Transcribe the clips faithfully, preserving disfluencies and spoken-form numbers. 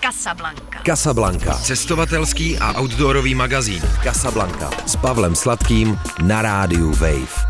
Casablanca. Casablanca. Cestovatelský a outdoorový magazín. Casablanca. S Pavlem Sladkým na rádiu Wave.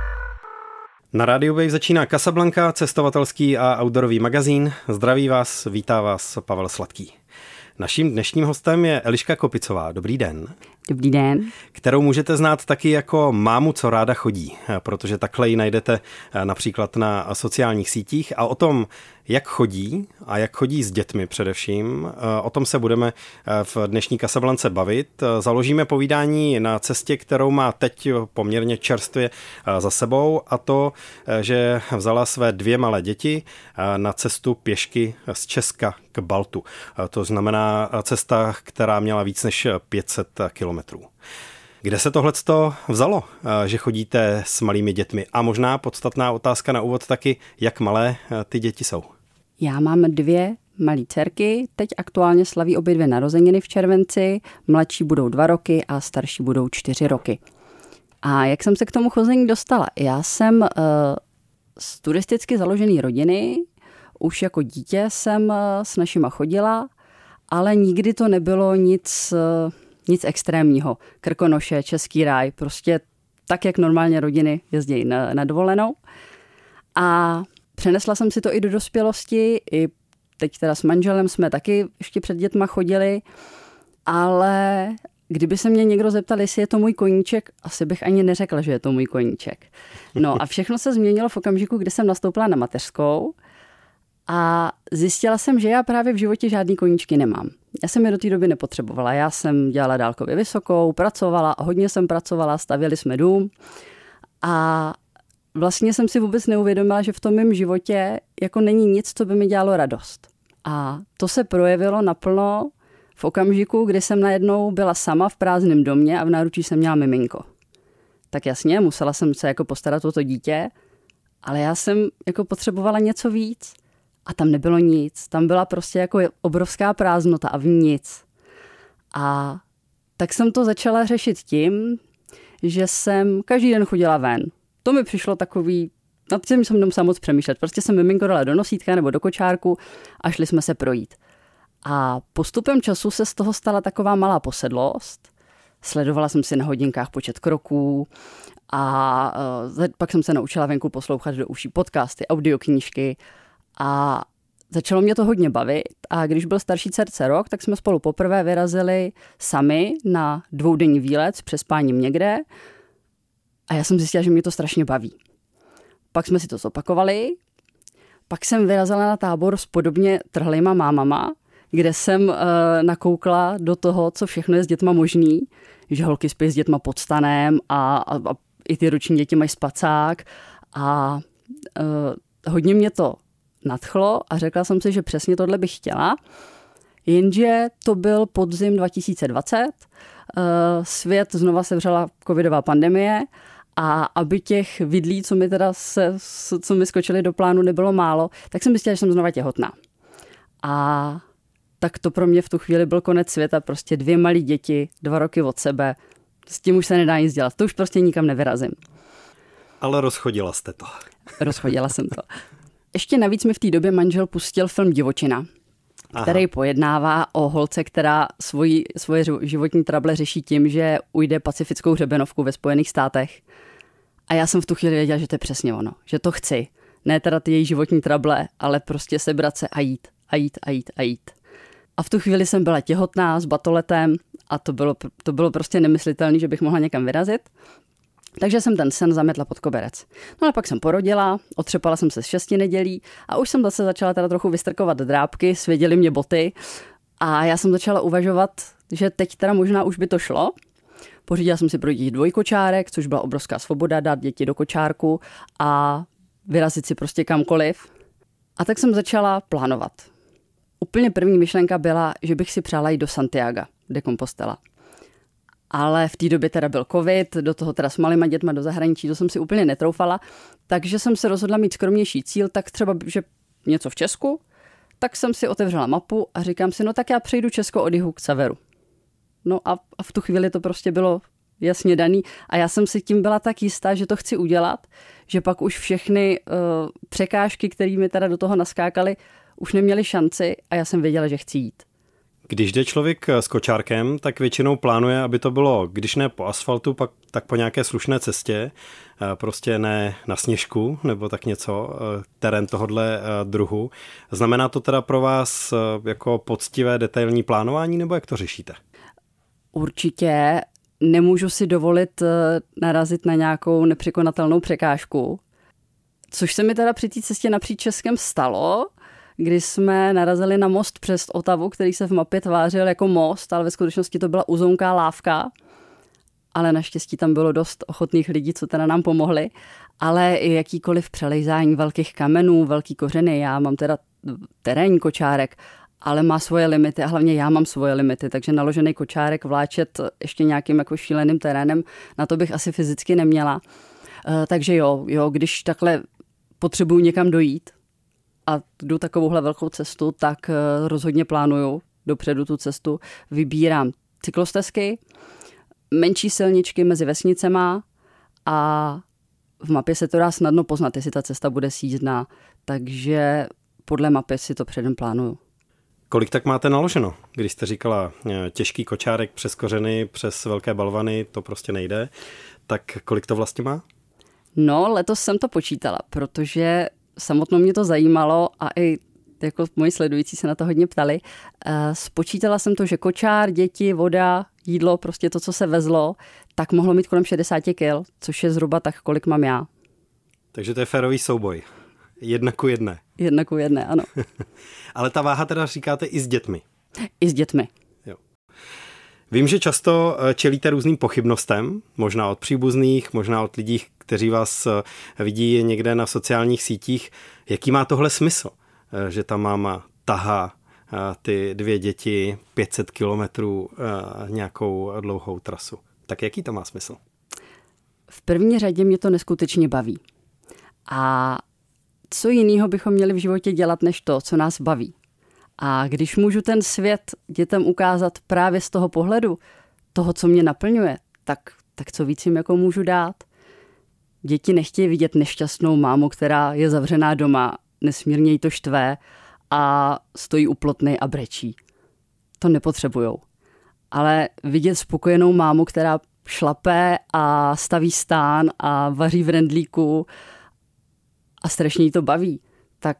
Na rádiu Wave začíná Casablanca, cestovatelský a outdoorový magazín. Zdraví vás, vítá vás Pavel Sladký. Naším dnešním hostem je Eliška Kopicová. Dobrý den. Dobrý den. Kterou můžete znát taky jako mámu, co ráda chodí, protože takhle ji najdete například na sociálních sítích. A o tom, jak chodí a jak chodí s dětmi především, o tom se budeme v dnešní Casablance bavit. Založíme povídání na cestě, kterou má teď poměrně čerstvě za sebou, a to, že vzala své dvě malé děti na cestu pěšky z Česka k Baltu. To znamená cesta, která měla víc než pět set kilometrů. Kde se tohleto vzalo, že chodíte s malými dětmi? A možná podstatná otázka na úvod taky, jak malé ty děti jsou? Já mám dvě malé dcerky, teď aktuálně slaví obě dvě narozeniny v červenci, mladší budou dva roky a starší budou čtyři roky. A jak jsem se k tomu chození dostala? Já jsem uh, z turisticky založené rodiny, už jako dítě jsem uh, s našima chodila, ale nikdy to nebylo nic... Uh, Nic extrémního. Krkonoše, Český ráj, prostě tak, jak normálně rodiny jezdí na, na dovolenou. A přenesla jsem si to i do dospělosti, i teď teda s manželem jsme taky ještě před dětma chodili, ale kdyby se mě někdo zeptal, jestli je to můj koníček, asi bych ani neřekla, že je to můj koníček. No a všechno se změnilo v okamžiku, kdy jsem nastoupila na mateřskou a zjistila jsem, že já právě v životě žádný koníčky nemám. Já jsem je do té doby nepotřebovala. Já jsem dělala dálkově vysokou, pracovala, hodně jsem pracovala, stavěli jsme dům a vlastně jsem si vůbec neuvědomila, že v tom mém životě jako není nic, co by mi dělalo radost. A to se projevilo naplno v okamžiku, kdy jsem najednou byla sama v prázdném domě a v náručí jsem měla miminko. Tak jasně, musela jsem se jako postarat o to dítě, ale já jsem jako potřebovala něco víc. A tam nebylo nic, tam byla prostě jako obrovská prázdnota a v nic. A tak jsem to začala řešit tím, že jsem každý den chodila ven. To mi přišlo takový, nad tím jsem nemusela moc přemýšlet. Prostě jsem miminko dala do nosítka nebo do kočárku a šli jsme se projít. A postupem času se z toho stala taková malá posedlost. Sledovala jsem si na hodinkách počet kroků a uh, pak jsem se naučila venku poslouchat do uší podcasty, audioknížky. A začalo mě to hodně bavit a když byl starší dcerce rok, tak jsme spolu poprvé vyrazili sami na dvoudenní výlet s přespáním někde a já jsem zjistila, že mě to strašně baví. Pak jsme si to zopakovali, pak jsem vyrazila na tábor s podobně trhlejma mámama, kde jsem uh, nakoukla do toho, co všechno je s dětma možný, že holky spí s dětma pod stanem a, a, a i ty roční děti mají spacák a uh, hodně mě to nadchlo a řekla jsem si, že přesně tohle bych chtěla, jenže to byl podzim dva tisíce dvacet, svět znova sevřela covidová pandemie a aby těch vidlí, co mi teda se, co mi skočili do plánu, nebylo málo, tak jsem zjistila, že jsem znova těhotná. A tak to pro mě v tu chvíli byl konec světa, prostě dvě malé děti, dva roky od sebe, s tím už se nedá nic dělat, to už prostě nikam nevyrazím. Ale rozchodila jste to. Rozchodila jsem to. Ještě navíc mi v té době manžel pustil film Divočina, který Aha. pojednává o holce, která svoji, svoje životní trable řeší tím, že ujde pacifickou hřebenovku ve Spojených státech. A já jsem v tu chvíli věděla, že to je přesně ono, že to chci. Ne teda ty její životní trable, ale prostě sebrat se a jít, a jít, a jít, a jít. A v tu chvíli jsem byla těhotná s batoletem a to bylo, to bylo prostě nemyslitelné, že bych mohla někam vyrazit. Takže jsem ten sen zametla pod koberec. No ale pak jsem porodila, otřepala jsem se z šesti nedělí a už jsem zase začala teda trochu vystrkovat drápky, svěděly mě boty a já jsem začala uvažovat, že teď teda možná už by to šlo. Pořídila jsem si pro děti dvojkočárek, což byla obrovská svoboda, dát děti do kočárku a vyrazit si prostě kamkoliv. A tak jsem začala plánovat. Úplně první myšlenka byla, že bych si přála jít do Santiaga de Compostela. Ale v té době teda byl covid, do toho teda s malýma dětma do zahraničí, to jsem si úplně netroufala, takže jsem se rozhodla mít skromnější cíl, tak třeba, že něco v Česku, tak jsem si otevřela mapu a říkám si, no tak já přejdu Česko od jihu k severu. No a, a v tu chvíli to prostě bylo jasně daný a já jsem si tím byla tak jistá, že to chci udělat, že pak už všechny uh, překážky, které mi teda do toho naskákaly, už neměly šanci a já jsem věděla, že chci jít. Když jde člověk s kočárkem, tak většinou plánuje, aby to bylo, když ne po asfaltu, pak, tak po nějaké slušné cestě, prostě ne na sněžku nebo tak něco, terén tohodle druhu. Znamená to teda pro vás jako poctivé detailní plánování, nebo jak to řešíte? Určitě nemůžu si dovolit narazit na nějakou nepřekonatelnou překážku, což se mi teda při té cestě napříč Českem stalo, kdy jsme narazili na most přes Otavu, který se v mapě tvářil jako most, ale ve skutečnosti to byla uzounká lávka. Ale naštěstí tam bylo dost ochotných lidí, co teda nám pomohli. Ale i jakýkoliv přelejzání velkých kamenů, velký kořeny, já mám teda terénní kočárek, ale má svoje limity a hlavně já mám svoje limity, takže naložený kočárek vláčet ještě nějakým jako šíleným terénem, na to bych asi fyzicky neměla. Takže jo, jo, když takhle potřebuju někam dojít, a jdu takovouhle velkou cestu, tak rozhodně plánuju dopředu tu cestu. Vybírám cyklostezky, menší silničky mezi vesnicema a v mapě se to dá snadno poznat, jestli ta cesta bude sjízdná, takže podle mapy si to předem plánuju. Kolik tak máte naloženo? Když jste říkala těžký kočárek přes kořeny, přes velké balvany, to prostě nejde, tak kolik to vlastně má? No, letos jsem to počítala, protože samotnou mě to zajímalo a i jako moji sledující se na to hodně ptali. Spočítala jsem to, že kočár, děti, voda, jídlo, prostě to, co se vezlo, tak mohlo mít kolem šedesát kil, což je zhruba tak, kolik mám já. Takže to je férový souboj. Jedna ku jedné. Jedna ku jedné, ano. Ale ta váha teda říkáte i s dětmi. I s dětmi. Jo. Vím, že často čelíte různým pochybnostem, možná od příbuzných, možná od lidí, kteří vás vidí někde na sociálních sítích. Jaký má tohle smysl? Že ta máma tahá ty dvě děti pět set kilometrů nějakou dlouhou trasu. Tak jaký to má smysl? V první řadě mě to neskutečně baví. A co jiného bychom měli v životě dělat, než to, co nás baví? A když můžu ten svět dětem ukázat právě z toho pohledu, toho, co mě naplňuje, tak, tak co víc jim jako můžu dát? Děti nechtějí vidět nešťastnou mámu, která je zavřená doma, nesmírně jí to štve a stojí u plotny a brečí. To nepotřebujou. Ale vidět spokojenou mámu, která šlape a staví stán a vaří v rendlíku a strašně jí to baví, tak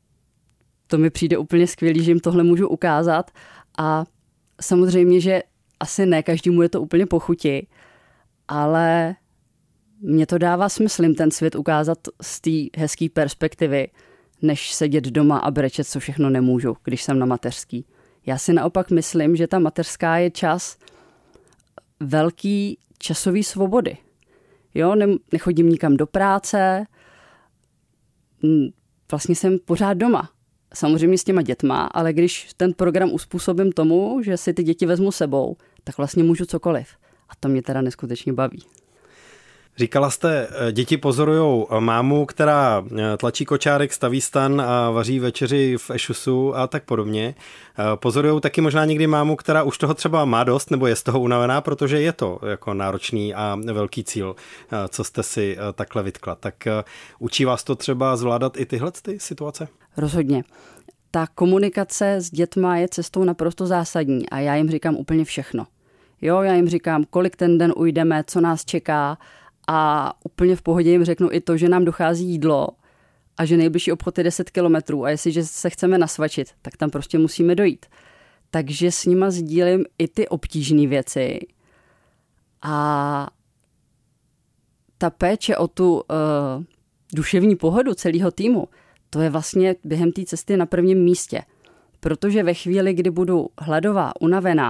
to mi přijde úplně skvělý, že jim tohle můžu ukázat. A samozřejmě, že asi ne každému je to úplně po chuti, ale mně to dává smysl jim ten svět ukázat z té hezké perspektivy, než sedět doma a brečet, co všechno nemůžu, když jsem na mateřský. Já si naopak myslím, že ta mateřská je čas velký časový svobody. Jo, ne, nechodím nikam do práce, vlastně jsem pořád doma. Samozřejmě s těma dětma, ale když ten program uspůsobím tomu, že si ty děti vezmu sebou, tak vlastně můžu cokoliv. A to mě teda neskutečně baví. Říkala jste, děti pozorujou mámu, která tlačí kočárek, staví stan a vaří večeři v ešusu a tak podobně. Pozorujou taky možná někdy mámu, která už toho třeba má dost nebo je z toho unavená, protože je to jako náročný a velký cíl, co jste si takhle vytkla. Tak učí vás to třeba zvládat i tyhle ty situace? Rozhodně. Ta komunikace s dětma je cestou naprosto zásadní a já jim říkám úplně všechno. Jo, já jim říkám, kolik ten den ujdeme, co nás čeká, a úplně v pohodě jim řeknu i to, že nám dochází jídlo a že nejbližší obchod je deset kilometrů a jestliže se chceme nasvačit, tak tam prostě musíme dojít. Takže s nima sdílím i ty obtížné věci. A ta péče o tu uh, duševní pohodu celého týmu, to je vlastně během té cesty na prvním místě. Protože ve chvíli, kdy budu hladová, unavená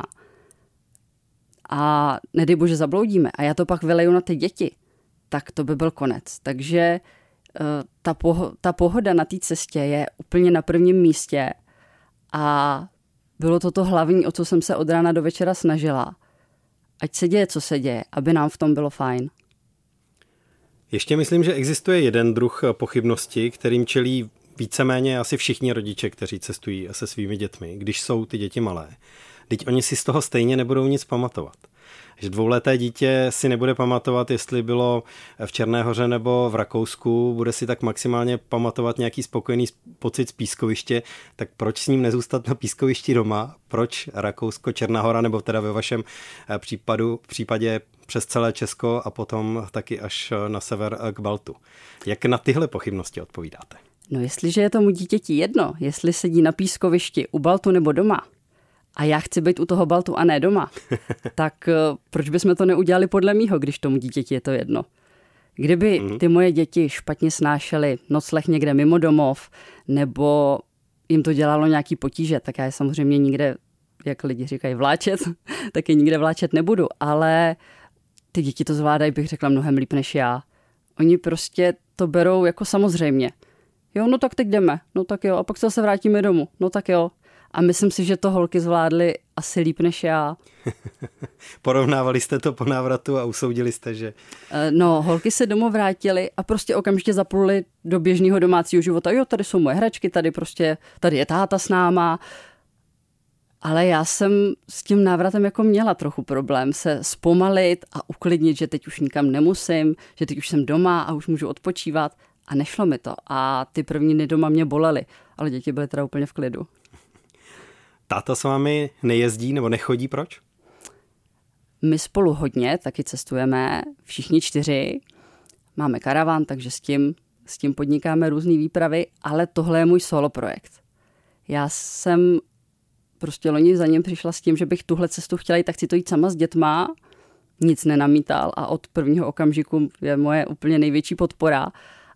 a nedej bože zabloudíme a já to pak vyleju na ty děti, tak to by byl konec. Takže uh, ta, poho- ta pohoda na té cestě je úplně na prvním místě a bylo to to hlavní, o co jsem se od rána do večera snažila. Ať se děje, co se děje, aby nám v tom bylo fajn. Ještě myslím, že existuje jeden druh pochybnosti, kterým čelí víceméně asi všichni rodiče, kteří cestují se svými dětmi, když jsou ty děti malé. Vždyť oni si z toho stejně nebudou nic pamatovat. Že dvouleté dítě si nebude pamatovat, jestli bylo v Černé Hoře nebo v Rakousku, bude si tak maximálně pamatovat nějaký spokojený pocit z pískoviště, tak proč s ním nezůstat na pískovišti doma? Proč Rakousko, Černá Hora, nebo teda ve vašem případu, v případě přes celé Česko a potom taky až na sever k Baltu? Jak na tyhle pochybnosti odpovídáte? No jestliže je tomu dítěti jedno, jestli sedí na pískovišti u Baltu nebo doma, a já chci být u toho Baltu a ne doma, tak proč bychom to neudělali podle mýho, když tomu dítěti je to jedno? Kdyby ty moje děti špatně snášely nocleh někde mimo domov, nebo jim to dělalo nějaký potíže, tak já je samozřejmě nikde, jak lidi říkají, vláčet, tak je nikde vláčet nebudu, ale ty děti to zvládají, bych řekla, mnohem líp než já. Oni prostě to berou jako samozřejmě. Jo, no tak teď jdeme, no tak jo, a pak se zase vrátíme domů, no tak jo. A myslím si, že to holky zvládly asi líp než já. Porovnávali jste to po návratu a usoudili jste, že... No, holky se domů vrátily a prostě okamžitě zapluli do běžného domácího života. Jo, tady jsou moje hračky, tady prostě, tady je táta s náma. Ale já jsem s tím návratem jako měla trochu problém se zpomalit a uklidnit, že teď už nikam nemusím, že teď už jsem doma a už můžu odpočívat. A nešlo mi to. A ty první dny doma mě bolely, ale děti byly teda úplně v klidu. Táta s vámi nejezdí nebo nechodí, proč? My spolu hodně taky cestujeme, všichni čtyři. Máme karavan, takže s tím, s tím podnikáme různé výpravy, ale tohle je můj solo projekt. Já jsem prostě loni za ním přišla s tím, že bych tuhle cestu chtěla jít, tak chci to jít sama s dětma, nic nenamítal a od prvního okamžiku je moje úplně největší podpora.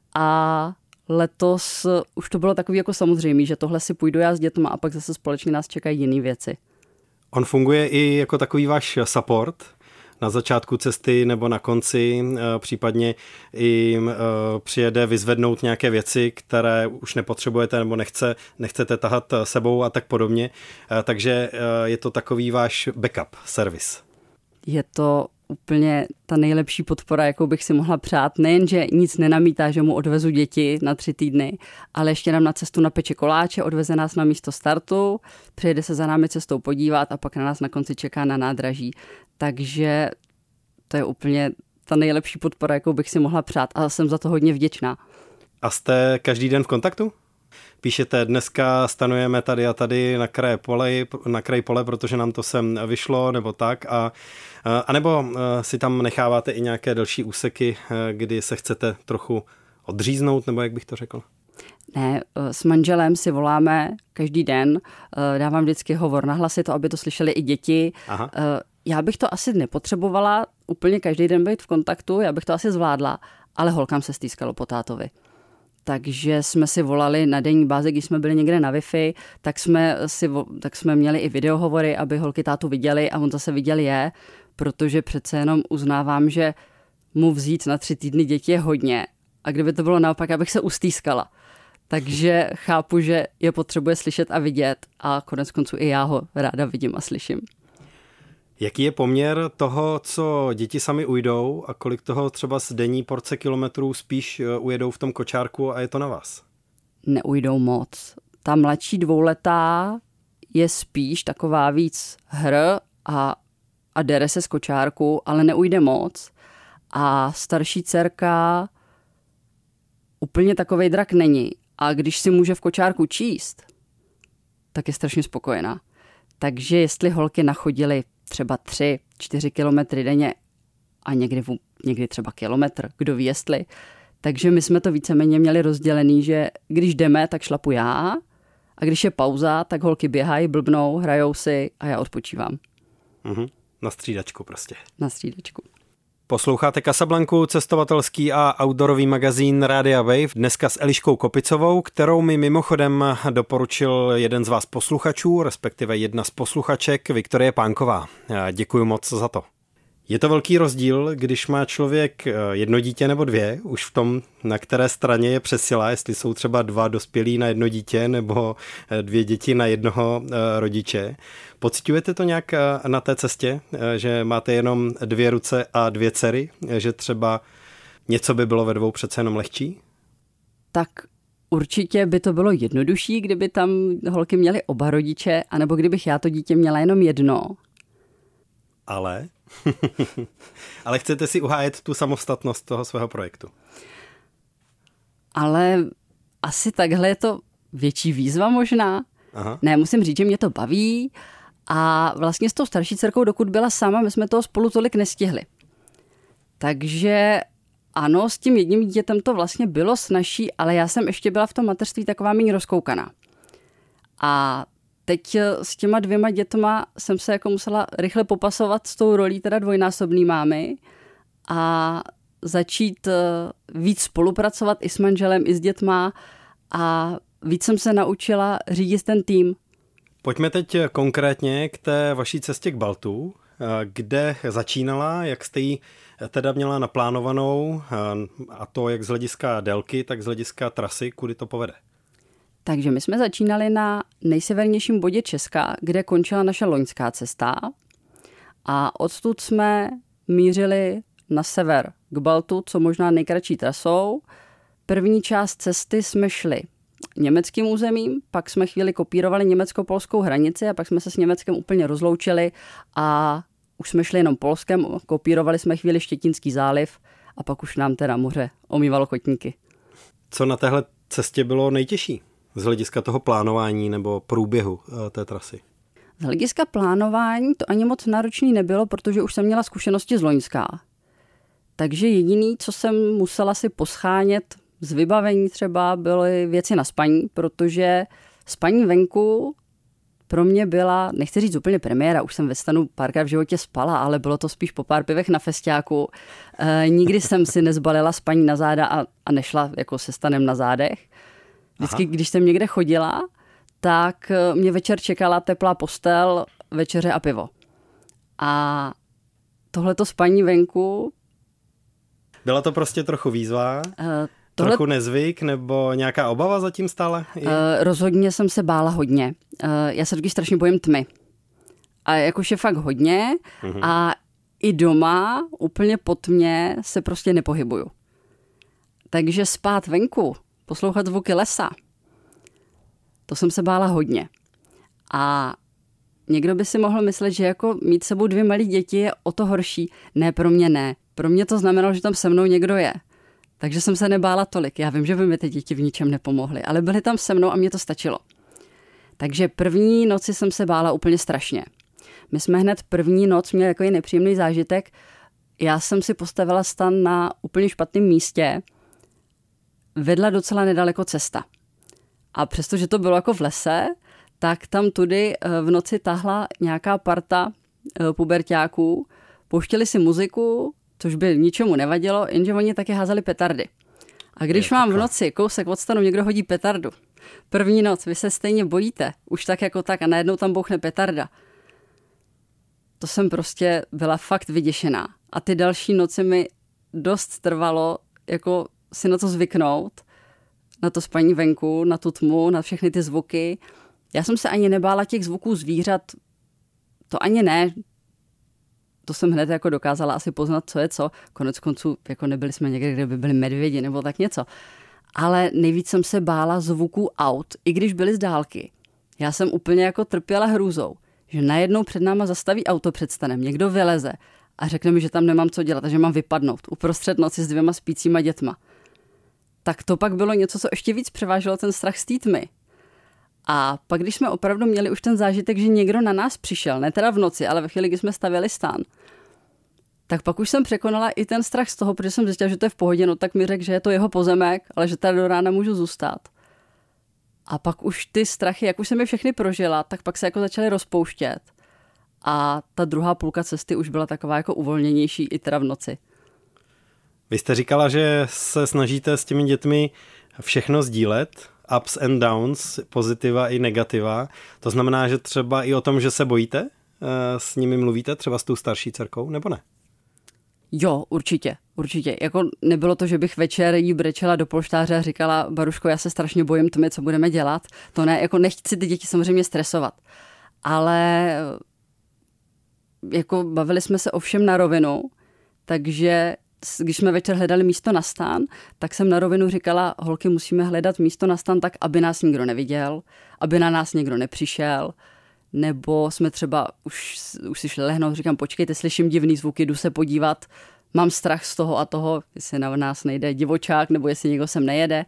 A letos už to bylo takový jako samozřejmé, že tohle si půjdu já s dětma a pak zase společně nás čekají jiné věci. On funguje i jako takový váš support na začátku cesty nebo na konci, případně i přijede vyzvednout nějaké věci, které už nepotřebujete nebo nechce, nechcete tahat sebou a tak podobně. Takže je to takový váš backup servis. Je to úplně ta nejlepší podpora, jakou bych si mohla přát. Nejen, že nic nenamítá, že mu odvezu děti na tři týdny, ale ještě nám na cestu napeče koláče, odveze nás na místo startu, přijede se za námi cestou podívat a pak na nás na konci čeká na nádraží. Takže to je úplně ta nejlepší podpora, jakou bych si mohla přát a jsem za to hodně vděčná. A jste každý den v kontaktu? Píšete, dneska stanujeme tady a tady na kraji pole, na kraji pole, protože nám to sem vyšlo, nebo tak. A, a nebo si tam necháváte i nějaké další úseky, kdy se chcete trochu odříznout, nebo jak bych to řekl? Ne, s manželem si voláme každý den, dávám vždycky hovor na hlasy, to, aby to slyšeli i děti. Aha. Já bych to asi nepotřebovala úplně každý den být v kontaktu, já bych to asi zvládla, ale holkám se stýskalo po tátovi. Takže jsme si volali na denní bázi, když jsme byli někde na Wi-Fi, tak jsme, si, tak jsme měli i videohovory, aby holky tátu viděli a on zase viděl je, protože přece jenom uznávám, že mu vzít na tři týdny děti je hodně. A kdyby to bylo naopak, já bych se ustýskala. Takže chápu, že je potřebuje slyšet a vidět a konec konců i já ho ráda vidím a slyším. Jaký je poměr toho, co děti sami ujdou a kolik toho třeba z denní porce kilometrů spíš ujedou v tom kočárku a je to na vás? Neujdou moc. Ta mladší dvouletá je spíš taková víc hr a, a dere se z kočárku, ale neujde moc. A starší dcerka úplně takovej drak není. A když si může v kočárku číst, tak je strašně spokojená. Takže jestli holky nachodily třeba tři, čtyři kilometry denně a někdy, někdy třeba kilometr, kdo ví jestli. Takže my jsme to víceméně měli rozdělený, že když jdeme, tak šlapu já a když je pauza, tak holky běhají, blbnou, hrajou si a já odpočívám. Mhm. Na střídačku prostě. Na střídačku. Posloucháte Casablanku, cestovatelský a outdoorový magazín Rádia Wave, dneska s Eliškou Kopicovou, kterou mi mimochodem doporučil jeden z vás posluchačů, respektive jedna z posluchaček, Viktorie Pánková. Děkuji moc za to. Je to velký rozdíl, když má člověk jedno dítě nebo dvě, už v tom, na které straně je přesila, jestli jsou třeba dva dospělí na jedno dítě nebo dvě děti na jednoho rodiče. Pociťujete to nějak na té cestě, že máte jenom dvě ruce a dvě dcery, že třeba něco by bylo ve dvou přece jenom lehčí? Tak určitě by to bylo jednodušší, kdyby tam holky měly oba rodiče, anebo kdybych já to dítě měla jenom jedno. Ale? Ale chcete si uhájet tu samostatnost toho svého projektu? Ale asi takhle je to větší výzva možná. Aha. Ne, musím říct, že mě to baví a vlastně s tou starší dcerkou, dokud byla sama, my jsme toho spolu tolik nestihli. Takže ano, s tím jedním dítětem to vlastně bylo snazší, ale já jsem ještě byla v tom mateřství taková méně rozkoukaná. A teď s těma dvěma dětma jsem se jako musela rychle popasovat s tou rolí teda dvojnásobný mámy a začít víc spolupracovat i s manželem, i s dětma a víc jsem se naučila řídit ten tým. Pojďme teď konkrétně k té vaší cestě k Baltu. Kde začínala, jak jste ji teda měla naplánovanou, a to jak z hlediska délky, tak z hlediska trasy, kudy to povede? Takže my jsme začínali na nejsevernějším bodě Česka, kde končila naše loňská cesta a odtud jsme mířili na sever k Baltu, co možná nejkratší trasou. První část cesty jsme šli německým územím, pak jsme chvíli kopírovali německo-polskou hranici a pak jsme se s Německem úplně rozloučili a už jsme šli jenom Polskem, kopírovali jsme chvíli Štětínský záliv a pak už nám teda moře omývalo kotníky. Co na téhle cestě bylo nejtěžší z hlediska toho plánování nebo průběhu té trasy? Z hlediska plánování to ani moc náročný nebylo, protože už jsem měla zkušenosti z loňská. Takže jediný, co jsem musela si poschánět z vybavení třeba, byly věci na spaní, protože spaní venku pro mě byla, nechci říct úplně premiéra, už jsem ve stanu párkrát v životě spala, ale bylo to spíš po pár pivech na festiáku. E, nikdy jsem si nezbalila spaní na záda a, a nešla jako se stanem na zádech. Vždycky, Aha. když jsem někde chodila, tak mě večer čekala teplá postel, večeře a pivo. A tohleto spaní venku... Byla to prostě trochu výzva? E, Tohle... Trochu nezvyk nebo nějaká obava zatím stále? Uh, rozhodně jsem se bála hodně. Uh, já se taky strašně bojím tmy. A jakož je fakt hodně uh-huh. a i doma úplně po tmě se prostě nepohybuju. Takže spát venku, poslouchat zvuky lesa, to jsem se bála hodně. A někdo by si mohl myslet, že jako mít sebou dvě malé děti je o to horší. Ne, pro mě ne. Pro mě to znamenalo, že tam se mnou někdo je. Takže jsem se nebála tolik. Já vím, že by mi ty děti v ničem nepomohly, ale byly tam se mnou a mě to stačilo. Takže první noci jsem se bála úplně strašně. My jsme hned první noc měli takový nepříjemný zážitek. Já jsem si postavila stan na úplně špatném místě. Vedla docela nedaleko cesta. A přestože to bylo jako v lese, tak tam tudy v noci tahla nějaká parta puberťáků. Pouštěli si muziku, což by ničemu nevadilo, jenže oni taky házeli petardy. A když vám v noci kousek od stanu někdo hodí petardu, první noc, vy se stejně bojíte, už tak jako tak a najednou tam bouchne petarda. To jsem prostě byla fakt vyděšená. A ty další noci mi dost trvalo jako si na to zvyknout, na to spaní venku, na tu tmu, na všechny ty zvuky. Já jsem se ani nebála těch zvuků zvířat, to ani ne. To jsem hned jako dokázala asi poznat, co je co. Konec konců jako nebyli jsme někde, kde by byli medvědi nebo tak něco. Ale nejvíc jsem se bála zvuků aut, i když byly z dálky. Já jsem úplně jako trpěla hrůzou, že najednou před náma zastaví auto před stanem, někdo vyleze a řekne mi, že tam nemám co dělat a že mám vypadnout uprostřed noci s dvěma spícíma dětma. Tak to pak bylo něco, co ještě víc převáželo ten strach z té tmy. A pak, když jsme opravdu měli už ten zážitek, že někdo na nás přišel, ne teda v noci, ale ve chvíli, kdy jsme stavěli stán, tak pak už jsem překonala i ten strach z toho, protože jsem zjistila, že to je v pohodě, no tak mi řekl, že je to jeho pozemek, ale že tady do rána můžu zůstat. A pak už ty strachy, jak už jsem je všechny prožila, tak pak se jako začaly rozpouštět. A ta druhá půlka cesty už byla taková jako uvolněnější i teda v noci. Vy jste říkala, že se snažíte s těmi dětmi všechno sdílet, ups and downs, pozitiva i negativa. To znamená, že třeba i o tom, že se bojíte, s nimi mluvíte, třeba s tou starší dcerkou, nebo ne? Jo, určitě, určitě. Jako nebylo to, že bych večer jí brečela do polštáře a říkala, Baruško, já se strašně bojím tmy, co budeme dělat. To ne, jako nechci ty děti samozřejmě stresovat. Ale jako bavili jsme se ovšem na rovinu, takže když jsme večer hledali místo na stán, tak jsem na rovinu říkala, holky, musíme hledat místo na stán tak, aby nás nikdo neviděl, aby na nás někdo nepřišel. nebo jsme třeba už, už si šli lehnout, říkám, počkejte, slyším divný zvuky, jdu se podívat, mám strach z toho a toho, jestli na nás nejde divočák, nebo jestli někdo sem nejede.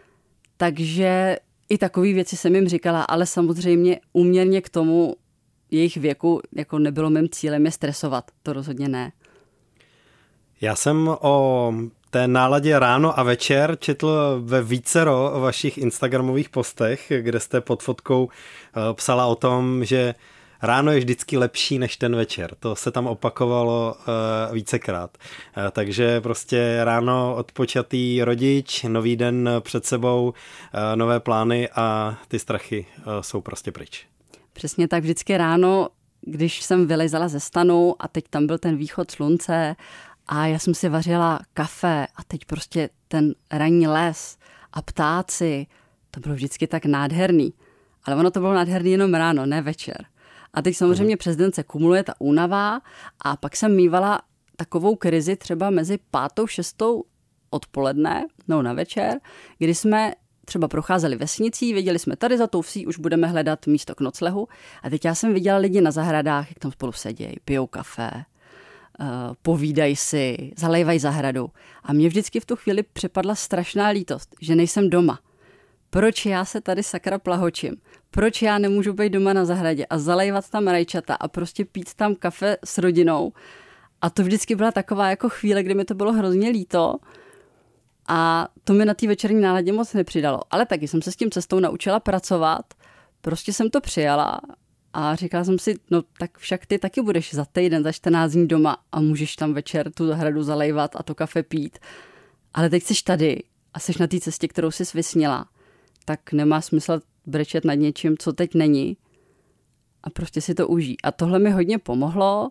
Takže i takové věci jsem jim říkala, ale samozřejmě úměrně k tomu jejich věku jako nebylo mým cílem je stresovat, to rozhodně ne. Já jsem o té náladě ráno a večer četl ve vícero vašich instagramových postech, kde jste pod fotkou psala o tom, že ráno je vždycky lepší než ten večer. To se tam opakovalo uh, vícekrát. Uh, takže prostě ráno odpočatý rodič, nový den před sebou, uh, nové plány a ty strachy uh, jsou prostě pryč. Přesně tak, vždycky ráno, když jsem vylezala ze stanu a teď tam byl ten východ slunce a já jsem si vařila kafe a teď prostě ten ranní les a ptáci, to bylo vždycky tak nádherný. Ale ono to bylo nádherný jenom ráno, ne večer. A teď samozřejmě přes den se kumuluje ta únava a pak jsem mívala takovou krizi třeba mezi pátou, šestou odpoledne, no na večer, kdy jsme třeba procházeli vesnicí, věděli jsme tady za tou vsí, už budeme hledat místo k noclehu a teď já jsem viděla lidi na zahradách, jak tam spolu sedějí, pijou kafe, povídají si, zalejvají zahradu a mě vždycky v tu chvíli připadla strašná lítost, že nejsem doma. Proč já se tady sakra plahočím? Proč já nemůžu být doma na zahradě a zalejvat tam rajčata a prostě pít tam kafe s rodinou? A to vždycky byla taková jako chvíle, kdy mi to bylo hrozně líto a to mi na té večerní náladě moc nepřidalo. Ale taky jsem se s tím cestou naučila pracovat, prostě jsem to přijala a říkala jsem si, no tak však ty taky budeš za týden, za čtrnáct dní doma a můžeš tam večer tu zahradu zalejvat a to kafe pít. Ale teď jsi tady a jsi na té cestě, kterou jsi vysnila, tak nemá smysl brečet nad něčím, co teď není a prostě si to užij. A tohle mi hodně pomohlo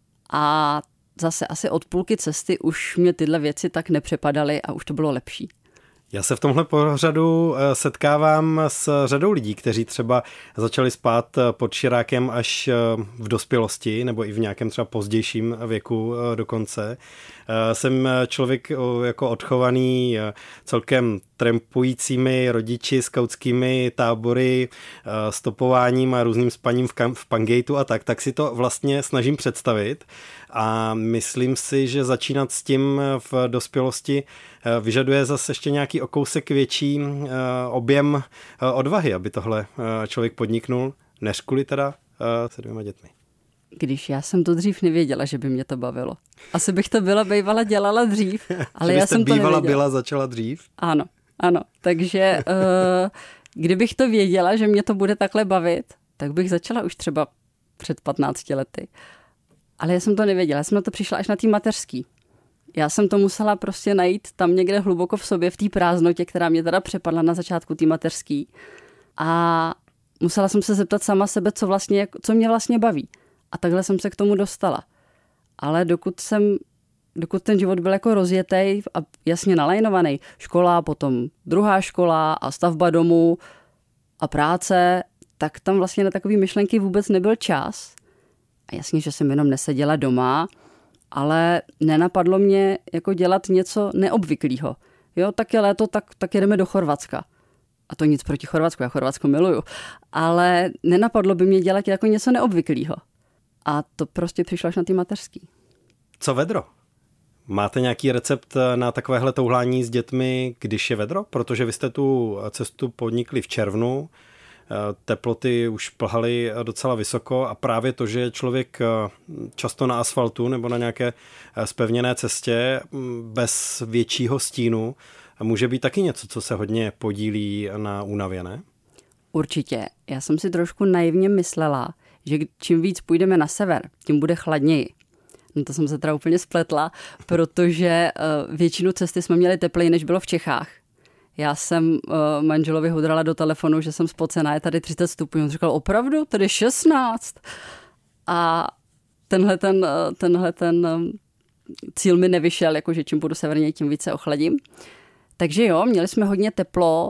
a zase asi od půlky cesty už mě tyhle věci tak nepřepadaly a už to bylo lepší. Já se v tomhle pořadu setkávám s řadou lidí, kteří třeba začali spát pod širákem až v dospělosti nebo i v nějakém třeba pozdějším věku dokonce. Jsem člověk jako odchovaný celkem trampujícími rodiči, skautskými tábory, stopováním a různým spaním v, kam, v Pangejtu a tak, tak si to vlastně snažím představit a myslím si, že začínat s tím v dospělosti vyžaduje zase ještě nějaký o kousek větší objem odvahy, aby tohle člověk podniknul, než kvůli teda se dvěma dětmi. Když já jsem to dřív nevěděla, že by mě to bavilo. Asi bych to byla bývala dělala dřív, ale já jsem to bývala nevěděla. byla začala dřív? Ano, ano. Takže uh, kdybych to věděla, že mě to bude takhle bavit, tak bych začala už třeba před patnácti lety. Ale já jsem to nevěděla, já jsem na to přišla až na té mateřský. Já jsem to musela prostě najít tam někde hluboko v sobě, v té prázdnotě, která mě teda přepadla na začátku té mateřský. A musela jsem se zeptat sama sebe, co, vlastně, co mě vlastně baví. A takhle jsem se k tomu dostala. Ale dokud jsem, dokud ten život byl jako rozjetej a jasně nalajnovaný, škola, potom druhá škola a stavba domu a práce, tak tam vlastně na takové myšlenky vůbec nebyl čas. A jasně, že jsem jenom neseděla doma, ale nenapadlo mě jako dělat něco neobvyklého. Jo, tak je léto, tak, tak jedeme do Chorvatska. A to nic proti Chorvatsku, já Chorvatsko miluju. Ale nenapadlo by mě dělat jako něco neobvyklého. A to prostě přišlo až na ty mateřský. Co vedro? Máte nějaký recept na takovéhle touhlání s dětmi, když je vedro? Protože vy jste tu cestu podnikli v červnu, teploty už plhaly docela vysoko a právě to, že je člověk často na asfaltu nebo na nějaké zpevněné cestě bez většího stínu, může být taky něco, co se hodně podílí na únavě, ne? Určitě. Já jsem si trošku naivně myslela, že čím víc půjdeme na sever, tím bude chladněji. No to jsem se teda úplně spletla, protože většinu cesty jsme měli tepleji, než bylo v Čechách. Já jsem uh, manželovi hudrala do telefonu, že jsem spocená, je tady třicet stupňů. On říkal, opravdu? Tady šestnáct. A tenhle ten, tenhle ten cíl mi nevyšel, jakože čím budu severněji, tím více ochladím. Takže jo, měli jsme hodně teplo,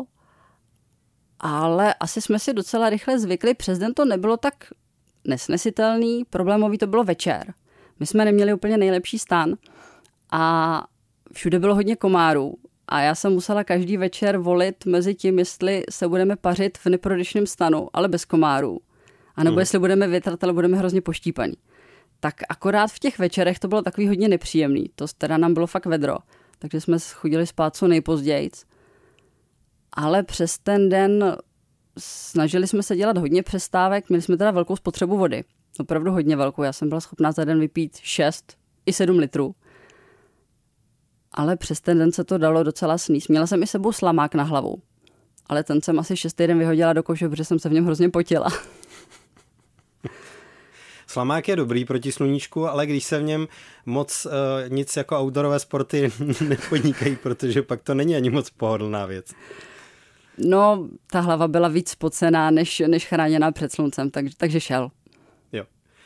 ale asi jsme si docela rychle zvykli. Přes den to nebylo tak nesnesitelný, problémový to bylo večer. My jsme neměli úplně nejlepší stan a všude bylo hodně komárů. A já jsem musela každý večer volit mezi tím, jestli se budeme pařit v neprodyšném stanu, ale bez komárů, anebo Hmm. jestli budeme větrat, ale budeme hrozně poštípaný. Tak akorát v těch večerech to bylo takový hodně nepříjemný. To teda nám bylo fakt vedro, takže jsme chodili spát co nejpozdějc. Ale přes ten den snažili jsme se dělat hodně přestávek, měli jsme teda velkou spotřebu vody. Opravdu hodně velkou, já jsem byla schopná za den vypít šest i sedm litrů. Ale přes ten den se to dalo docela sníst. Měla jsem i sebou slamák na hlavu, ale ten jsem asi šestý den vyhodila do koše, protože jsem se v něm hrozně potila. Slamák je dobrý proti sluníčku, ale když se v něm moc uh, nic jako outdoorové sporty nepodnikají, protože pak to není ani moc pohodlná věc. No, ta hlava byla víc spocená, než, než chráněná před sluncem, takže, takže šel. Jo.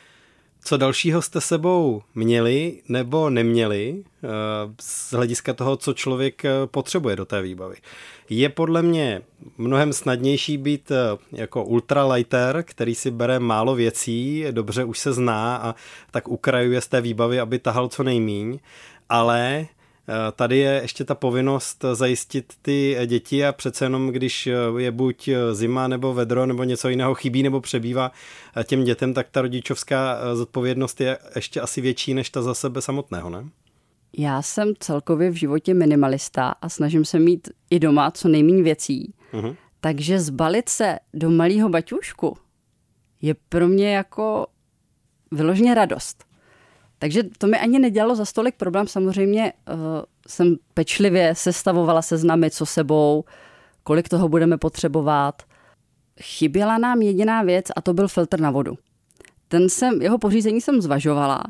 Co dalšího jste sebou měli nebo neměli uh, z hlediska toho, co člověk potřebuje do té výbavy? Je podle mě mnohem snadnější být uh, jako ultralighter, který si bere málo věcí, dobře už se zná a tak ukrajuje z té výbavy, aby tahal co nejmíň, ale tady je ještě ta povinnost zajistit ty děti a přece jenom, když je buď zima nebo vedro nebo něco jiného chybí nebo přebývá těm dětem, tak ta rodičovská zodpovědnost je ještě asi větší než ta za sebe samotného, ne? Já jsem celkově v životě minimalista a snažím se mít i doma co nejméně věcí. Uh-huh. Takže zbalit se do malého baťůšku je pro mě jako vyloženě radost. Takže to mi ani nedělalo za stolik problém. Samozřejmě uh, jsem pečlivě sestavovala seznamy, co sebou, kolik toho budeme potřebovat. Chyběla nám jediná věc a to byl filtr na vodu. Ten jsem, jeho pořízení jsem zvažovala,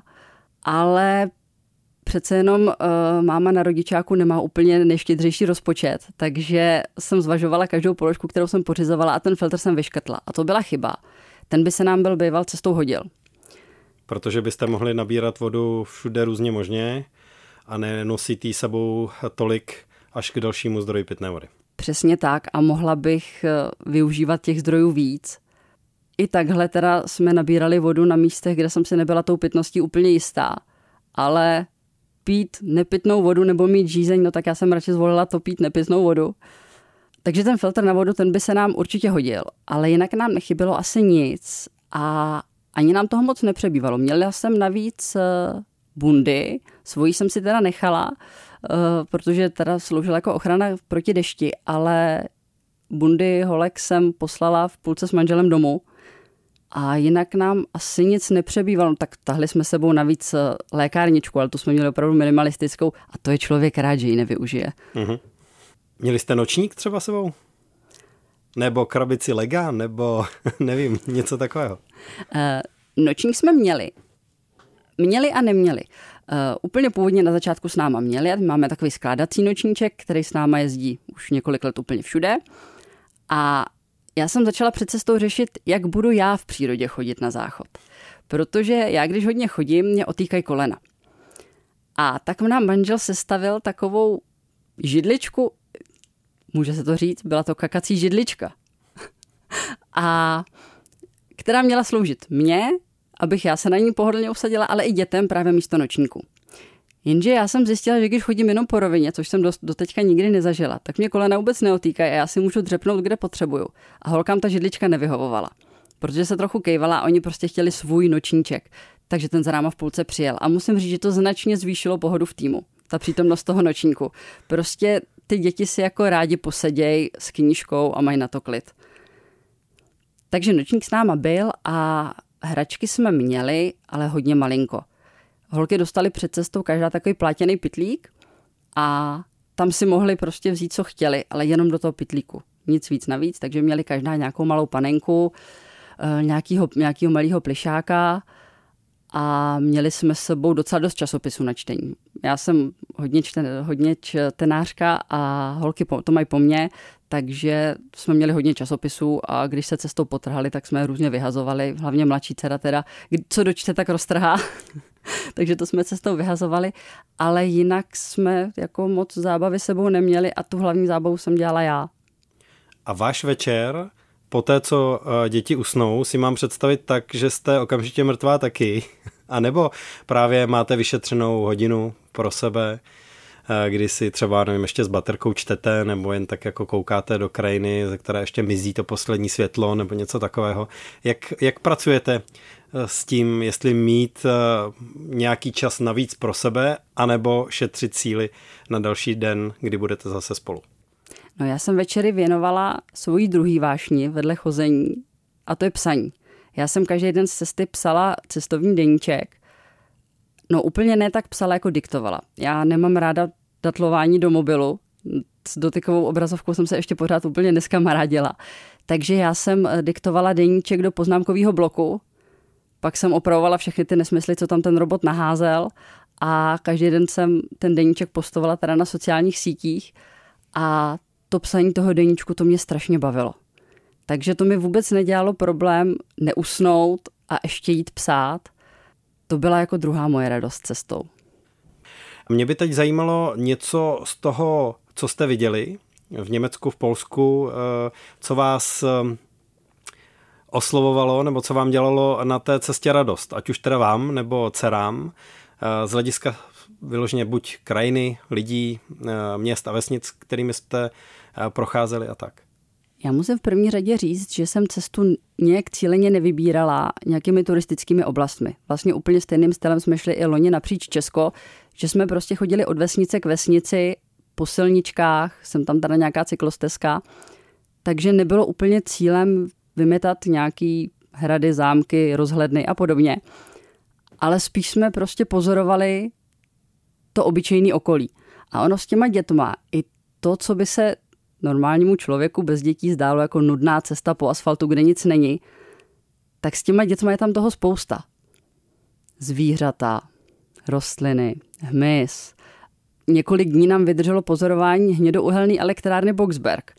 ale přece jenom uh, máma na rodičáku nemá úplně nejštědřejší rozpočet, takže jsem zvažovala každou položku, kterou jsem pořizovala a ten filtr jsem vyškrtla. A to byla chyba. Ten by se nám byl býval cestou hodil. Protože byste mohli nabírat vodu všude různě možně a nenosit jí sebou tolik až k dalšímu zdroji pitné vody. Přesně tak a mohla bych využívat těch zdrojů víc. I takhle teda jsme nabírali vodu na místech, kde jsem si nebyla tou pitností úplně jistá. Ale pít nepitnou vodu nebo mít žízeň, no tak já jsem radši zvolila to pít nepitnou vodu. Takže ten filtr na vodu, ten by se nám určitě hodil. Ale jinak nám nechybělo asi nic a ani nám toho moc nepřebývalo. Měla jsem navíc bundy, svoji jsem si teda nechala, protože teda sloužila jako ochrana proti dešti, ale bundy holek jsem poslala v půlce s manželem domů a jinak nám asi nic nepřebývalo. Tak tahli jsme sebou navíc lékárničku, ale tu jsme měli opravdu minimalistickou a to je člověk rád, že ji nevyužije. Mhm. Měli jste nočník třeba sebou? Nebo krabici lega, nebo nevím, něco takového? Uh, nočník jsme měli. Měli a neměli. Uh, úplně původně na začátku s náma měli. Máme takový skládací nočníček, který s náma jezdí už několik let úplně všude. A já jsem začala před cestou řešit, jak budu já v přírodě chodit na záchod. Protože já, když hodně chodím, mě otýkají kolena. A tak nám manžel sestavil takovou židličku, může se to říct, byla to kakací židlička. A která měla sloužit mně, abych já se na ní pohodlně usadila, ale i dětem právě místo nočníku. Jenže já jsem zjistila, že když chodím jenom po rovině, což jsem do, doteďka nikdy nezažila, tak mě kolena vůbec neotýkají a já si můžu dřepnout, kde potřebuju. A holkám ta židlička nevyhovovala, protože se trochu kejvala a oni prostě chtěli svůj nočníček. Takže ten za náma v půlce přijel. A musím říct, že to značně zvýšilo pohodu v týmu. Ta přítomnost toho nočníku. Prostě ty děti si jako rádi poseděj s knížkou a mají na to klid. Takže nočník s náma byl a hračky jsme měli, ale hodně malinko. Holky dostali před cestou každá takový plátěný pytlík a tam si mohli prostě vzít, co chtěli, ale jenom do toho pytlíku. Nic víc navíc, takže měli každá nějakou malou panenku, nějakýho, nějakýho malého plišáka a měli jsme s sebou docela dost časopisů na čtení. Já jsem hodně, čten, hodně čtenářka a holky to mají po mně, takže jsme měli hodně časopisů a když se cestou potrhali, tak jsme je různě vyhazovali, hlavně mladší dcera teda, co dočte, tak roztrhá. Takže to jsme cestou vyhazovali, ale jinak jsme jako moc zábavy sebou neměli a tu hlavní zábavu jsem dělala já. A váš večer, po té, co děti usnou, si mám představit tak, že jste okamžitě mrtvá taky, a nebo právě máte vyšetřenou hodinu pro sebe kdy si třeba, nevím, ještě s baterkou čtete nebo jen tak jako koukáte do krajiny, ze které ještě mizí to poslední světlo nebo něco takového. Jak, jak pracujete s tím, jestli mít nějaký čas navíc pro sebe, anebo šetřit síly na další den, kdy budete zase spolu? No já jsem večery věnovala svojí druhý vášni vedle chození a to je psaní. Já jsem každý den z cesty psala cestovní deníček. No úplně ne tak psala, jako diktovala. Já nemám ráda datlování do mobilu. S dotykovou obrazovkou jsem se ještě pořád úplně neskamarádila. Takže já jsem diktovala deníček do poznámkového bloku, pak jsem opravovala všechny ty nesmysly, co tam ten robot naházel a každý den jsem ten deníček postovala teda na sociálních sítích a to psaní toho deníčku to mě strašně bavilo. Takže to mi vůbec nedělalo problém neusnout a ještě jít psát. To byla jako druhá moje radost cestou. Mě by teď zajímalo něco z toho, co jste viděli v Německu, v Polsku, co vás oslovovalo nebo co vám dělalo na té cestě radost, ať už teda vám nebo dcerám, z hlediska vyloženě buď krajiny, lidí, měst a vesnic, kterými jste procházeli a tak. Já musím v první řadě říct, že jsem cestu nějak cíleně nevybírala nějakými turistickými oblastmi. Vlastně úplně stejným stylem jsme šli i loni napříč Česko, že jsme prostě chodili od vesnice k vesnici po silničkách, jsem tam teda nějaká cyklostezka, takže nebylo úplně cílem vymetat nějaký hrady, zámky, rozhledny a podobně. Ale spíš jsme prostě pozorovali to obyčejné okolí. A ono s těma dětma i to, co by se normálnímu člověku bez dětí zdálo jako nudná cesta po asfaltu, kde nic není, tak s těma dětma je tam toho spousta. Zvířata, rostliny, hmyz. Několik dní nám vydrželo pozorování hnědouhelné elektrárny Boxberg.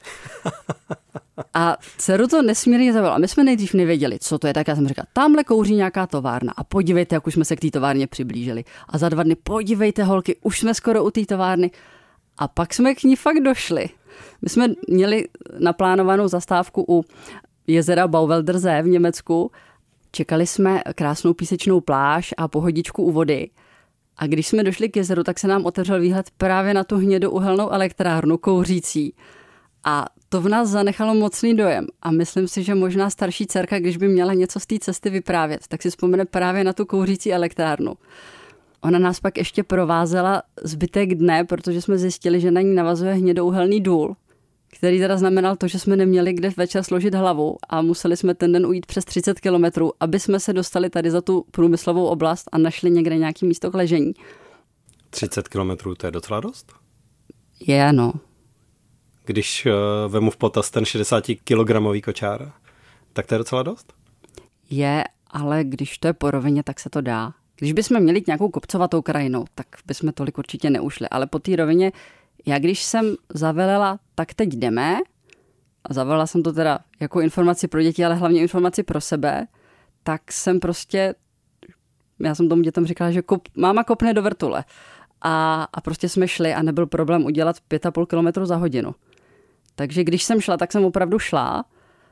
A dceru to nesmírně zaujalo. A my jsme nejdřív nevěděli, co to je, tak já jsem říkala, tamhle kouří nějaká továrna a podívejte, jak už jsme se k té továrně přiblížili. A za dva dny, podívejte holky, už jsme skoro u té továrny. A pak jsme k ní fakt došli. My jsme měli naplánovanou zastávku u jezera Bauwälder v Německu. Čekali jsme krásnou písečnou pláž a pohodičku u vody. A když jsme došli k jezeru, tak se nám otevřel výhled právě na tu hnědouhelnou elektrárnu kouřící. A to v nás zanechalo mocný dojem. A myslím si, že možná starší dcerka, když by měla něco z té cesty vyprávět, tak si vzpomene právě na tu kouřící elektrárnu. Ona nás pak ještě provázela zbytek dne, protože jsme zjistili, že na ní navazuje hnědouhelný důl, který teda znamenal to, že jsme neměli kde večer složit hlavu a museli jsme ten den ujít přes třicet kilometrů, aby jsme se dostali tady za tu průmyslovou oblast a našli někde nějaký místo k ležení. třicet kilometrů, to je docela dost? Je, no. Když uh, vemu v potaz ten šedesátikilogramový kočár, tak to je docela dost? Je, ale když to je po rovině, tak se to dá. Když bychom měli nějakou kopcovatou krajinou, tak bychom tolik určitě neušli. Ale po té rovině, já když jsem zavelela, tak teď jdeme, a zavelela jsem to teda jako informaci pro děti, ale hlavně informaci pro sebe, tak jsem prostě, já jsem tomu dětem říkala, že kop, máma kopne do vrtule. A, a prostě jsme šli a nebyl problém udělat pět a půl kilometru za hodinu. Takže když jsem šla, tak jsem opravdu šla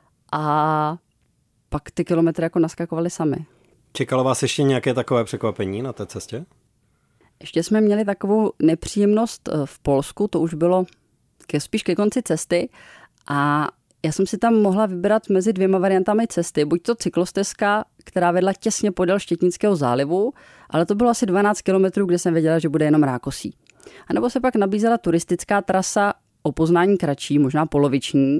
a pak ty kilometry jako naskakovaly sami. Čekalo vás ještě nějaké takové překvapení na té cestě? Ještě jsme měli takovou nepříjemnost v Polsku, to už bylo ke, spíš ke konci cesty a já jsem si tam mohla vybrat mezi dvěma variantami cesty, buď to cyklostezka, která vedla těsně podél Štětnického zálivu, ale to bylo asi dvanáct kilometrů, kde jsem věděla, že bude jenom rákosí. A nebo se pak nabízela turistická trasa o poznání kratší, možná poloviční.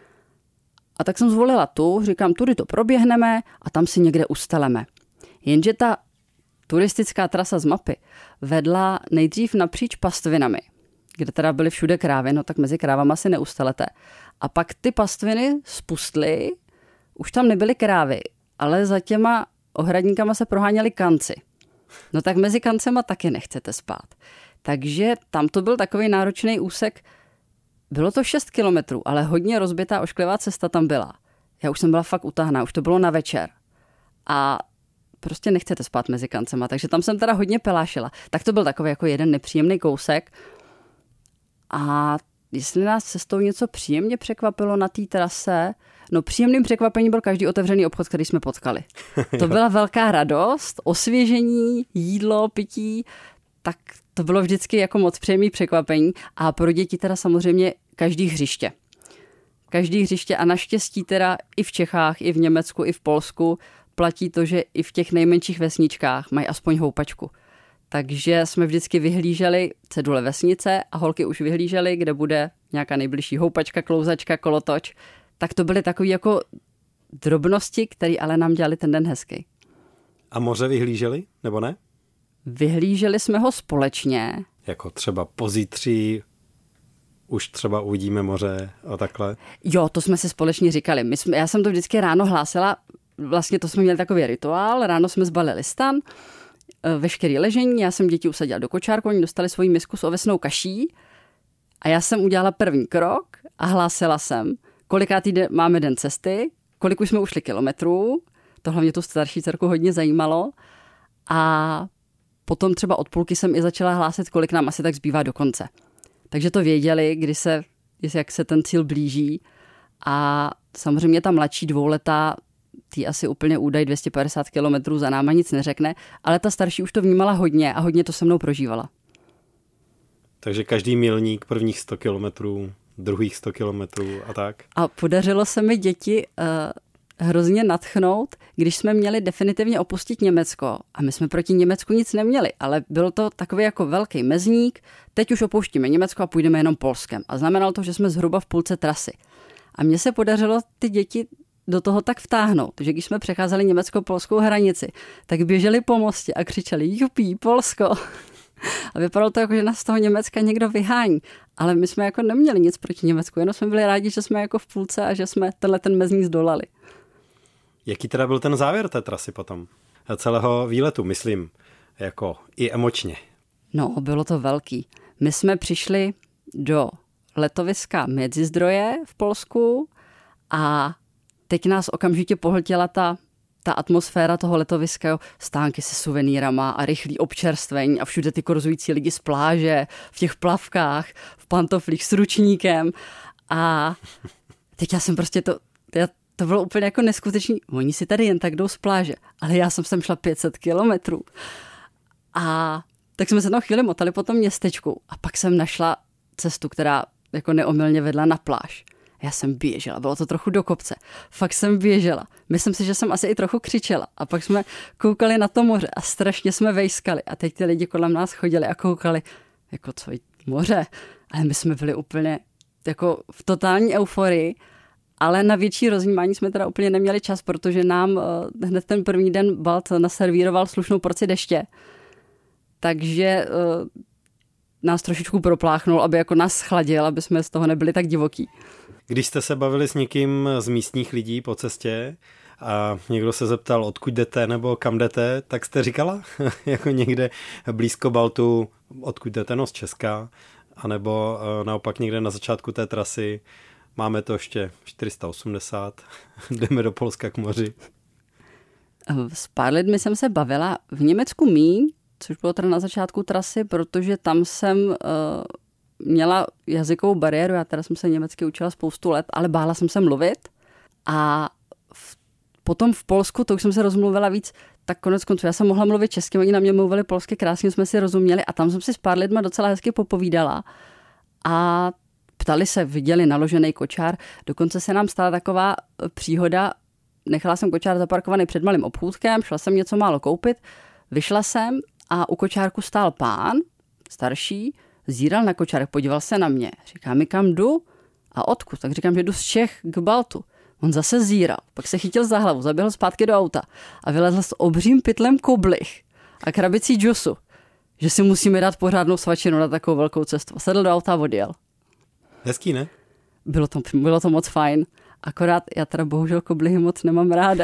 A tak jsem zvolila tu, říkám, tudy to proběhneme a tam si někde usteleme. Jenže ta turistická trasa z mapy vedla nejdřív napříč pastvinami, kde teda byly všude krávy, no tak mezi krávama si neustelete. A pak ty pastviny spustly, už tam nebyly krávy, ale za těma ohradníkama se proháněli kanci. No tak mezi kancema taky nechcete spát. Takže tam to byl takový náročný úsek. Bylo to šest kilometrů, ale hodně rozbitá ošklivá cesta tam byla. Já už jsem byla fakt utahaná, už to bylo na večer. A prostě nechcete spát mezi kancema, takže tam jsem teda hodně pelášila. Tak to byl takový jako jeden nepříjemný kousek. A jestli nás cestou něco příjemně překvapilo na té trase, no příjemným překvapením byl každý otevřený obchod, který jsme potkali. To byla velká radost, osvěžení, jídlo, pití, tak to bylo vždycky jako moc příjemný překvapení a pro děti teda samozřejmě každý hřiště. Každý hřiště a naštěstí teda i v Čechách, i v Německu, i v Polsku platí to, že i v těch nejmenších vesničkách mají aspoň houpačku. Takže jsme vždycky vyhlíželi cedule vesnice a holky už vyhlížely, kde bude nějaká nejbližší houpačka, klouzačka, kolotoč. Tak to byly takové jako drobnosti, které ale nám dělali ten den hezký. A moře vyhlíželi, nebo ne? Vyhlíželi jsme ho společně. Jako třeba pozítří, už třeba uvidíme moře a takhle. Jo, to jsme si společně říkali. My jsme, já jsem to vždycky ráno hlásila, vlastně to jsme měli takový rituál, ráno jsme zbalili stan, veškerý ležení, já jsem děti usadila do kočárku, oni dostali svoji misku s ovesnou kaší a já jsem udělala první krok a hlásila jsem, kolikátý den, máme den cesty, kolik už jsme ušli kilometrů, to hlavně tu starší dcerku hodně zajímalo a potom třeba od půlky jsem i začala hlásit, kolik nám asi tak zbývá do konce. Takže to věděli, kdy se, jak se ten cíl blíží a samozřejmě ta mladší dvouletá tý asi úplně údaj dvě stě padesát kilometrů za náma nic neřekne, ale ta starší už to vnímala hodně a hodně to se mnou prožívala. Takže každý milník prvních sto kilometrů, druhých sto kilometrů a tak. A podařilo se mi děti uh, hrozně nadchnout, když jsme měli definitivně opustit Německo. A my jsme proti Německu nic neměli, ale byl to takový jako velký mezník. Teď už opouštíme Německo a půjdeme jenom Polskem. A znamenalo to, že jsme zhruba v půlce trasy. A mně se podařilo ty děti do toho tak vtáhnout, že když jsme přecházeli německo-polskou hranici, tak běželi po mostě a křičeli jupí, Polsko. A vypadalo to jako, že nás z toho Německa někdo vyhání. Ale my jsme jako neměli nic proti Německu, jenom jsme byli rádi, že jsme jako v půlce a že jsme tenhle ten mezník zdolali. Jaký teda byl ten závěr té trasy potom? Celého výletu, myslím, jako i emočně. No, bylo to velký. My jsme přišli do letoviska Medzizdroje v Polsku a teď nás okamžitě pohltila ta, ta atmosféra toho letoviska, jo, stánky se suvenýrama a rychlý občerstvení a všude ty korzující lidi z pláže, v těch plavkách, v pantoflích s ručníkem a teď já jsem prostě to, já, to bylo úplně jako neskutečný. Oni si tady jen tak jdou z pláže, ale já jsem sem šla pět set kilometrů. A tak jsme se na chvíli motali po tom městečku a pak jsem našla cestu, která jako neomylně vedla na pláž. Já jsem běžela, bylo to trochu do kopce. Fakt jsem běžela. Myslím si, že jsem asi i trochu křičela. A pak jsme koukali na to moře a strašně jsme vejskali. A teď ty lidi kolem nás chodili a koukali, jako co moře. Ale my jsme byli úplně jako v totální euforii. Ale na větší rozjímání jsme teda úplně neměli čas, protože nám hned ten první den Balt naservíroval slušnou porci deště. Takže uh, nás trošičku propláchnul, aby jako nás schladil, aby jsme z toho nebyli tak divoký. Když jste se bavili s někým z místních lidí po cestě a někdo se zeptal, odkud jdete nebo kam jdete, tak jste říkala jako někde blízko Baltu, odkud jdete, no z Česka, anebo naopak někde na začátku té trasy, máme to ještě čtyři sta osmdesát, jdeme do Polska k moři. S pár lidmi jsem se bavila v Německu míň, což bylo teda na začátku trasy, protože tam jsem uh, měla jazykovou bariéru, já teda jsem se německy učila spoustu let, ale bála jsem se mluvit a v, potom v Polsku, to už jsem se rozmluvila víc, tak konec konců já jsem mohla mluvit česky, oni na mě mluvili polsky, krásně jsme si rozuměli a tam jsem si s pár lidma docela hezky popovídala a ptali se, viděli naložený kočár, dokonce se nám stala taková příhoda, nechala jsem kočár zaparkovaný před malým obchůdkem, šla jsem něco málo koupit, vyšla jsem a u kočárku stál pán, starší, zíral na kočárek, podíval se na mě. Říká mi, kam jdu a odkud? Tak říkám, že jdu z Čech k Baltu. On zase zíral, pak se chytil za hlavu, zaběhl zpátky do auta a vylezl s obřím pytlem koblich a krabicí džusu, že si musíme dát pořádnou svačinu na takovou velkou cestu. Sedl do auta a odjel. Hezký, ne? Bylo to, bylo to moc fajn, akorát já teda bohužel koblihy moc nemám ráda.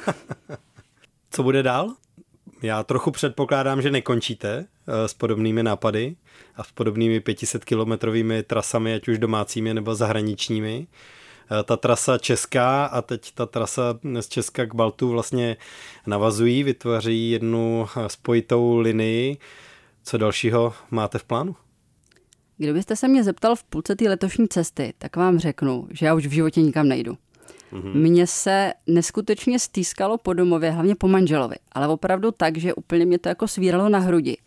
Co bude dál? Já trochu předpokládám, že nekončíte s podobnými nápady a s podobnými pětisetkilometrovými trasami, ať už domácími nebo zahraničními. Ta trasa česká a teď ta trasa z Česka k Baltu vlastně navazují, vytvoří jednu spojitou linii. Co dalšího máte v plánu? Kdybyste se mě zeptal v půlce té letošní cesty, tak vám řeknu, že já už v životě nikam nejdu. Mm-hmm. Mně se neskutečně stýskalo po domově, hlavně po manželovi, ale opravdu tak, že úplně mě to jako svíralo na hrudi.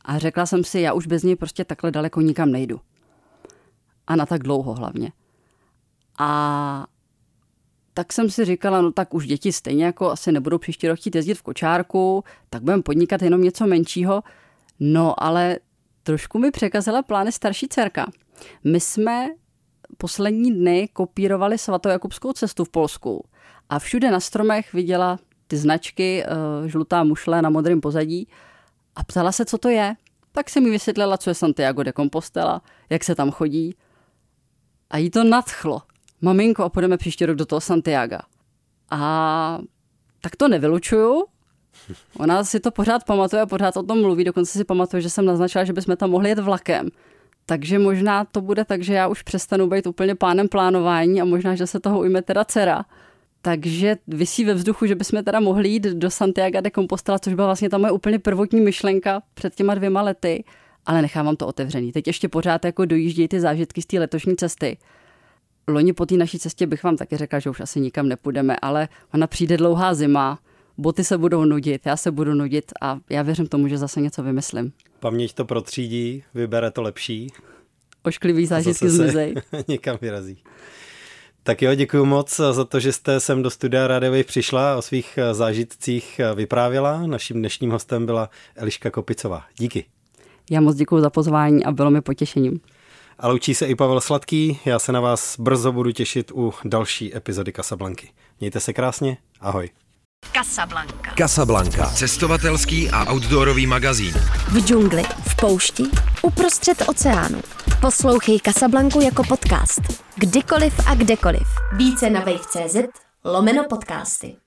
A řekla jsem si, já už bez něj prostě takhle daleko nikam nejdu. A na tak dlouho hlavně. A tak jsem si říkala, no tak už děti stejně jako asi nebudou příští rok chtít jezdit v kočárku, tak budeme podnikat jenom něco menšího. No ale trošku mi překazila plány starší dcerka. My jsme poslední dny kopírovali svatojakubskou cestu v Polsku a všude na stromech viděla ty značky, žlutá mušle na modrém pozadí a ptala se, co to je. Tak jsem mi vysvětlila, co je Santiago de Compostela, jak se tam chodí. A jí to nadchlo. Maminko, a půjdeme příští rok do toho Santiaga. A tak to nevylučuju. Ona si to pořád pamatuje a pořád o tom mluví. Dokonce si pamatuje, že jsem naznačila, že bychom tam mohli jet vlakem. Takže možná to bude tak, že já už přestanu být úplně pánem plánování a možná, že se toho ujme teda dcera. Takže visí ve vzduchu, že bychom teda mohli jít do Santiago de Compostela, což byla vlastně ta moje úplně prvotní myšlenka před těma dvěma lety, ale nechávám to otevřený. Teď ještě pořád jako dojíždějí ty zážitky z té letošní cesty. Loni po té naší cestě bych vám taky řekla, že už asi nikam nepůjdeme, ale ona přijde dlouhá zima, boty se budou nudit, já se budu nudit a já věřím tomu, že zase něco vymyslím. Paměť to protřídí, vybere to lepší. Ošklivý zážitky zmizej. Někam vyrazí. Tak jo, děkuji moc za to, že jste sem do studia Rádia Wave přišla a o svých zážitcích vyprávěla. Naším dnešním hostem byla Eliška Kopicová. Díky. Já moc děkuji za pozvání a bylo mi potěšením. A loučí se i Pavel Sladký. Já se na vás brzo budu těšit u další epizody Casablanky. Mějte se krásně. Ahoj. Casablanca. Casablanca. Cestovatelský a outdoorový magazín. V džungli, v poušti, uprostřed oceánu. Poslouchej Casablanku jako podcast. Kdykoliv a kdekoliv. Více na wave tečka cé zet lomeno podcasty.